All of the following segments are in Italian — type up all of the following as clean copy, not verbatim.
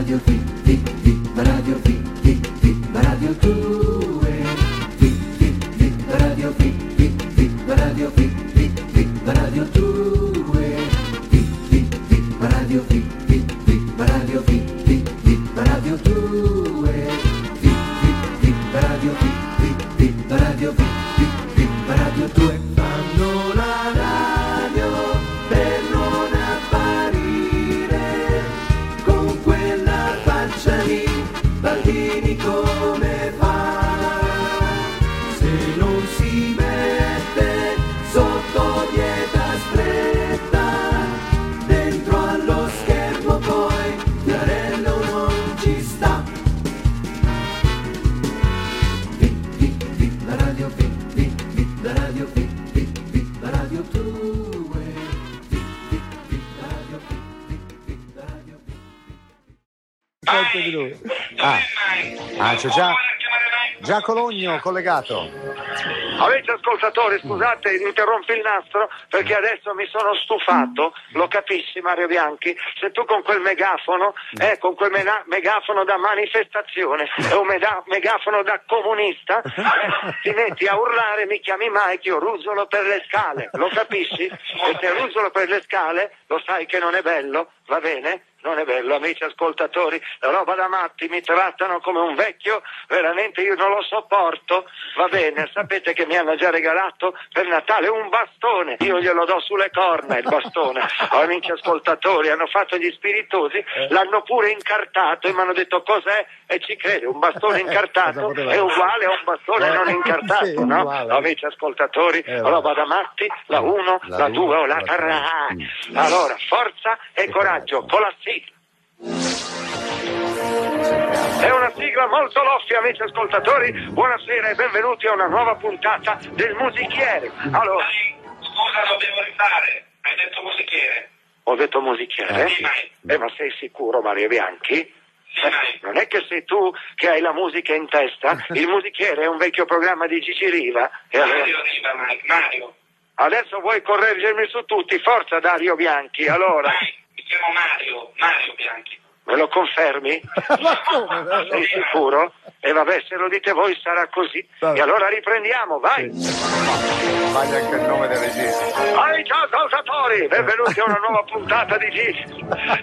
Radio Viva Radio Viva Radio 2. Viva Radio Viva Radio Viva Radio 2. Viva Radio Viva Radio Viva Radio 2. Viva Radio Viva Radio Viva Radio 2. Fanno la radio per non apparire con quella faccia lì. Baldini come fa? Se non si mette sotto dieta stretta, dentro allo schermo poi Fiorello non ci sta. Viva Radio Viva Radio Viva Radio 2. Viva Radio Viva Radio Colpo di lui. C'è già Cologno collegato. Avete ascoltatori, scusate, interrompi il nastro perché adesso mi sono stufato, lo capisci Mario Bianchi? Se tu con quel megafono, con quel megafono da manifestazione e un megafono da comunista, ti metti a urlare, mi chiami Mike, io ruzzolo per le scale, lo capisci? E se ruzzolo per le scale, lo sai che non è bello, va bene? Non è bello, amici ascoltatori, la roba da matti, mi trattano come un vecchio, veramente io non lo sopporto, va bene, sapete che mi hanno già regalato per Natale un bastone, io glielo do sulle corna il bastone, amici ascoltatori, hanno fatto gli spiritosi, l'hanno pure incartato e mi hanno detto cos'è e ci crede, un bastone incartato è uguale a un bastone non incartato, sì, no? Uguale. Amici ascoltatori, roba da matti, la 1, la 2 o la 3, allora forza e coraggio, con la sigla. È una sigla molto loffia, amici ascoltatori. Buonasera e benvenuti a una nuova puntata del Musichiere. Allora, scusa, lo devo rifare. Hai detto musichiere? Ho detto musichiere? Sì, ma sei sicuro, Mario Bianchi? Sì, non è che sei tu che hai la musica in testa? Il Musichiere è un vecchio programma di Gigi Riva. E allora... Mario Riva, Mike. Mario. Adesso vuoi correggermi su tutti? Forza Dario Bianchi, allora. Mi chiamo Mario Bianchi. Me lo confermi? Sei sicuro? E vabbè, se lo dite voi sarà così. E allora riprendiamo, vai! Sbaglia anche il nome del regista. Ciao ascoltatori, benvenuti a una nuova puntata di Gigi.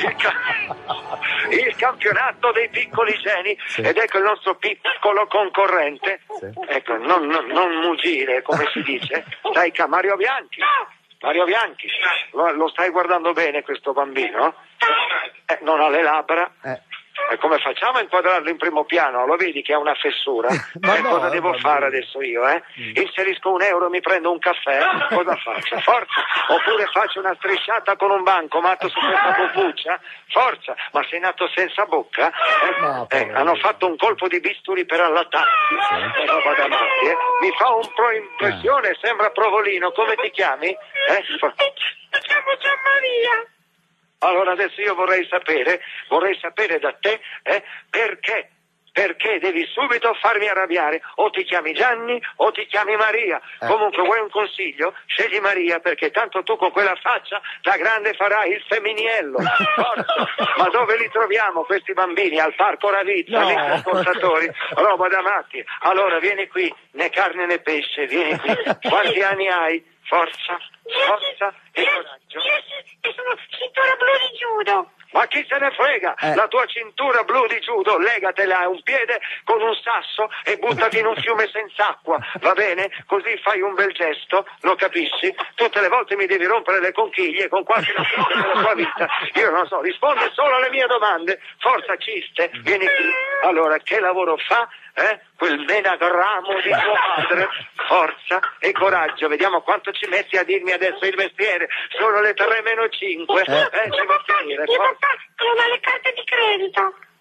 Il campionato dei piccoli geni, sì. Ed ecco il nostro piccolo concorrente, sì. Ecco, non mugire, come si dice, dai, Mario Bianchi. Mario Bianchi, lo stai guardando bene questo bambino? Non ha le labbra. E come facciamo a inquadrarlo in primo piano? Lo vedi che ha una fessura? Cosa devo fare adesso io? Inserisco €1 e mi prendo un caffè? Cosa faccio? Forza! Oppure faccio una strisciata con un bancomat su questa boccuccia? Forza! Ma sei nato senza bocca? Hanno fatto un colpo di bisturi per allattarti. Roba da matti, Mi fa un po' impressione, sembra Provolino. Come ti chiami? Mi chiamo Gianmaria. Allora adesso io vorrei sapere da te perché devi subito farmi arrabbiare, o ti chiami Gianni o ti chiami Maria, comunque vuoi un consiglio? Scegli Maria perché tanto tu con quella faccia da grande farai il femminillo, forza. Ma dove li troviamo questi bambini? Al parco Ravizza, amici ascoltatori, roba da matti. Allora vieni qui, né carne né pesce, vieni qui, quanti anni hai? Forza e coraggio. Io sono cintura blu di judo. Ma chi se ne frega? La tua cintura blu di judo, legatela a un piede con un sasso e buttati in un fiume senza acqua, va bene? Così fai un bel gesto, lo capisci? Tutte le volte mi devi rompere le conchiglie con qualche notizia della tua vita. Io non so, rispondi solo alle mie domande. Forza Ciste, vieni qui. Allora, che lavoro fa? Quel menagrammo di tuo padre, forza e coraggio. Vediamo quanto ci metti a dirmi adesso il mestiere. Sono le 3 meno 5. Ci metti a dire, forza. Non ha le carte di credito.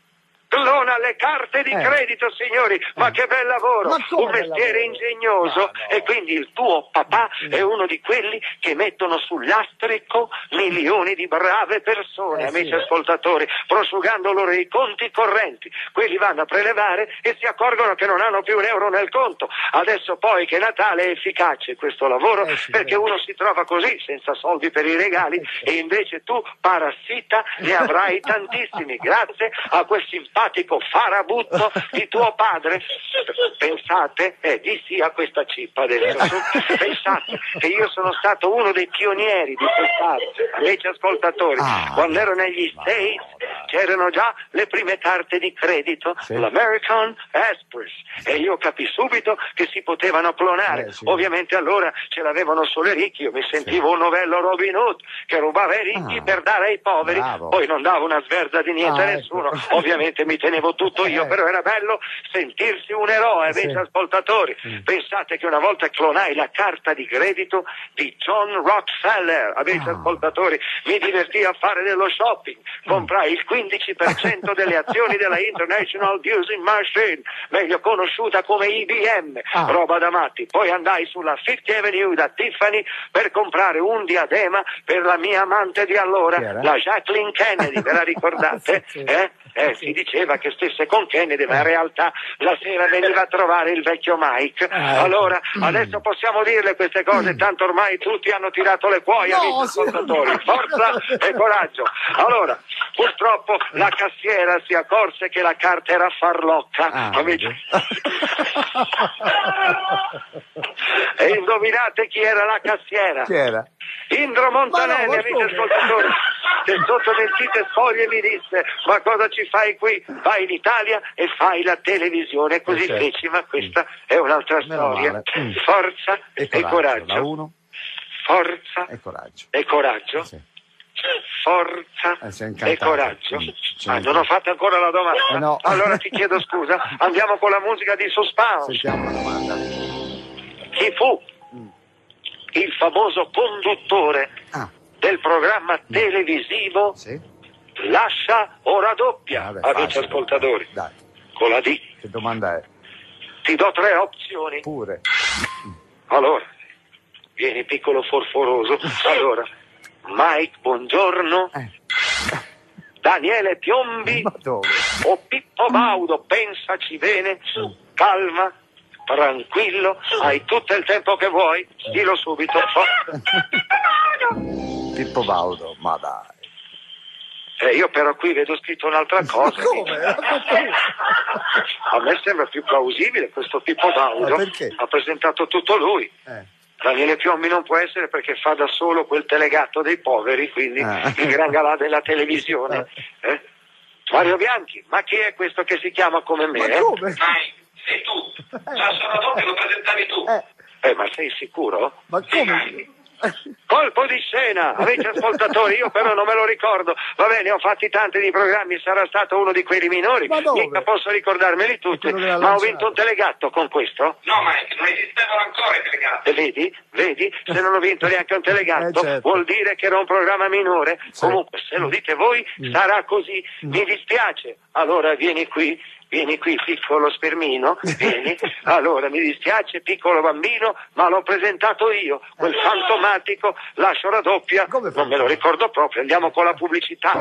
clona le carte di credito, signori, ma che bel lavoro, Ma come un bel mestiere lavoro? ingegnoso, No. e quindi il tuo papà è uno di quelli che mettono sul lastrico milioni di brave persone, amici sì. ascoltatori, prosciugando loro i conti correnti. Quelli vanno a prelevare e si accorgono che non hanno più un euro nel conto. Adesso poi che Natale è efficace questo lavoro, Sì, perché vero. uno si trova così, senza soldi per i regali, e invece tu, parassita, ne avrai tantissimi, grazie a quel simpatico farabutto di tuo padre. Pensate, di sì a questa cippa adesso. Pensate che io sono stato uno dei pionieri di quest'arte, amici ascoltatori. Quando ero negli States c'erano già le prime carte di credito, Sì. l'American Express, e io capii subito che si potevano clonare. Sì. Ovviamente allora ce l'avevano solo i ricchi, io mi sentivo un novello Robin Hood che rubava ai ricchi per dare ai poveri, Bravo. poi non davo una sverza di niente a Ecco. nessuno, ovviamente mi tenevo tutto io, però era bello sentirsi un eroe, amici ascoltatori. Pensate che una volta clonai la carta di credito di John Rockefeller, amici ascoltatori, mi divertì a fare dello shopping, comprai il 15% delle azioni della International Using Machine, meglio conosciuta come IBM, roba da matti. Poi andai sulla Fifth Avenue da Tiffany per comprare un diadema per la mia amante di allora, Chi era? la Jacqueline Kennedy, ve la ricordate? Sì. Si diceva che stesse con Kennedy, ma in realtà la sera veniva a trovare il vecchio Mike. Allora, adesso possiamo dirle queste cose, tanto ormai tutti hanno tirato le cuoia, amici ascoltatori. Forza e coraggio. Allora, purtroppo la cassiera si accorse che la carta era farlocca, amici. E indovinate chi era la cassiera? Chi era? Indro Montanelli, Ma no, ma amici come? ascoltatori, che sotto mentite spoglie mi disse: ma cosa ci fai qui? Vai in Italia e fai la televisione. E così certo. feci, ma questa è un'altra Meno storia. male. Forza e La coraggio. uno Forza e coraggio. e coraggio. Sì. Forza sei e incantato. coraggio. Sì. Non ho fatto ancora la domanda. No. Allora ti chiedo scusa. Andiamo con la musica di suspense. Sentiamo la domanda. Chi fu il famoso conduttore del programma televisivo Sì? Lascia o raddoppia, Vabbè, amici facile. ascoltatori? Dai, Con la D. che domanda è? Ti do 3 opzioni. Pure. Allora, vieni piccolo forforoso. Allora, Mike Buongiorno, Daniele Piombi Ma dove? o Pippo Baudo? Pensaci bene, calma, tranquillo, hai tutto il tempo che vuoi, dillo subito. Pippo Baudo, ma dai. Io però qui vedo scritto un'altra cosa. Come? A me sembra più plausibile questo Pippo Baudo. Ma perché? Ha presentato tutto lui. Daniele Piombi non può essere perché fa da solo quel telegatto dei poveri, quindi il gran galà della televisione. Mario Bianchi, ma chi è questo che si chiama come me? Ma come? Dai, sei tu. Lascia la doppia, lo presentavi tu. Ma sei sicuro? Ma come? Colpo di scena, amici ascoltatori, io però non me lo ricordo. Va bene, ho fatti tanti di programmi, sarà stato uno di quelli minori. Ma dove? Mica posso ricordarmeli tutti, Quello della ma ho lanciata. vinto un telegatto con questo. No, ma non esistevano ancora i telegatti. Vedi? Se non ho vinto neanche un telegatto, Certo. vuol dire che era un programma minore. Comunque, se lo dite voi, sarà così. Mi dispiace. Allora vieni qui, piccolo spermino, vieni. Allora, mi dispiace, piccolo bambino, ma l'ho presentato io, quel fantomatico Lascio raddoppia. Come Non me lo ricordo proprio, andiamo con la pubblicità.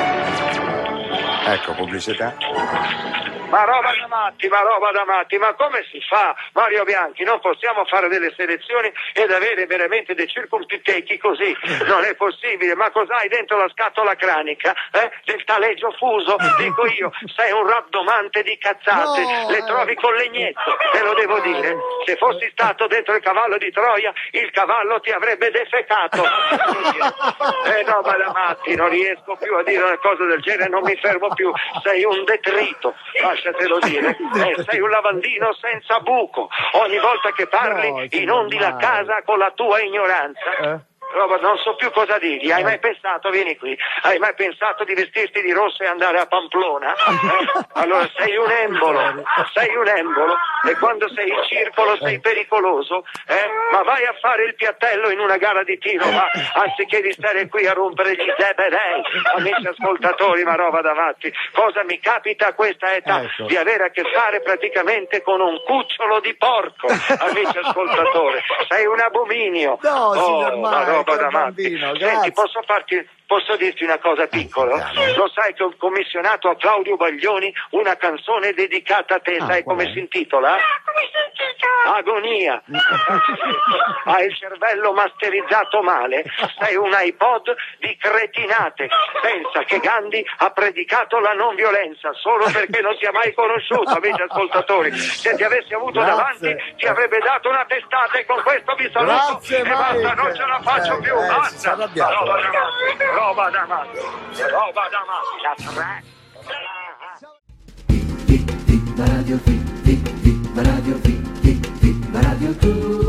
Ecco, pubblicità. Ma roba da matti, ma come si fa, Mario Bianchi? Non possiamo fare delle selezioni ed avere veramente dei circumpichetti così, non è possibile. Ma cos'hai dentro la scatola cranica? Del taleggio fuso? Dico io, sei un rabdomante di cazzate, No, le trovi con legnetto, te lo devo dire. Se fossi stato dentro il cavallo di Troia, il cavallo ti avrebbe defecato. Roba da matti, non riesco più a dire una cosa del genere, non mi fermo più, sei un detrito. Lasciatelo dire, sei un lavandino senza buco. Ogni volta che parli No, inondi la normale. casa con la tua ignoranza. non so più cosa dirgli. Hai mai pensato, vieni qui, hai mai pensato di vestirti di rosso e andare a Pamplona? Allora sei un embolo e quando sei in circolo sei pericoloso, ma vai a fare il piattello in una gara di tiro, ma anziché di stare qui a rompere gli zebedei, amici ascoltatori, ma roba da matti. Cosa mi capita a questa età? Di avere a che fare praticamente con un cucciolo di porco, amici ascoltatori. Sei un abominio. No, signor ma roba da matti. bambino, Senti, posso dirti una cosa piccola? Lo sai che ho commissionato a Claudio Baglioni una canzone dedicata a te, sai come si intitola? Agonia. Hai il cervello masterizzato male, sei un iPod di cretinate. Pensa che Gandhi ha predicato la non violenza solo perché non si è mai conosciuto, amici ascoltatori. Se ti avessi avuto davanti ti avrebbe dato una testata, e con questo vi saluto e basta, non ce la faccio più, basta. Roba da matti, la tre. Radio, Radio 2.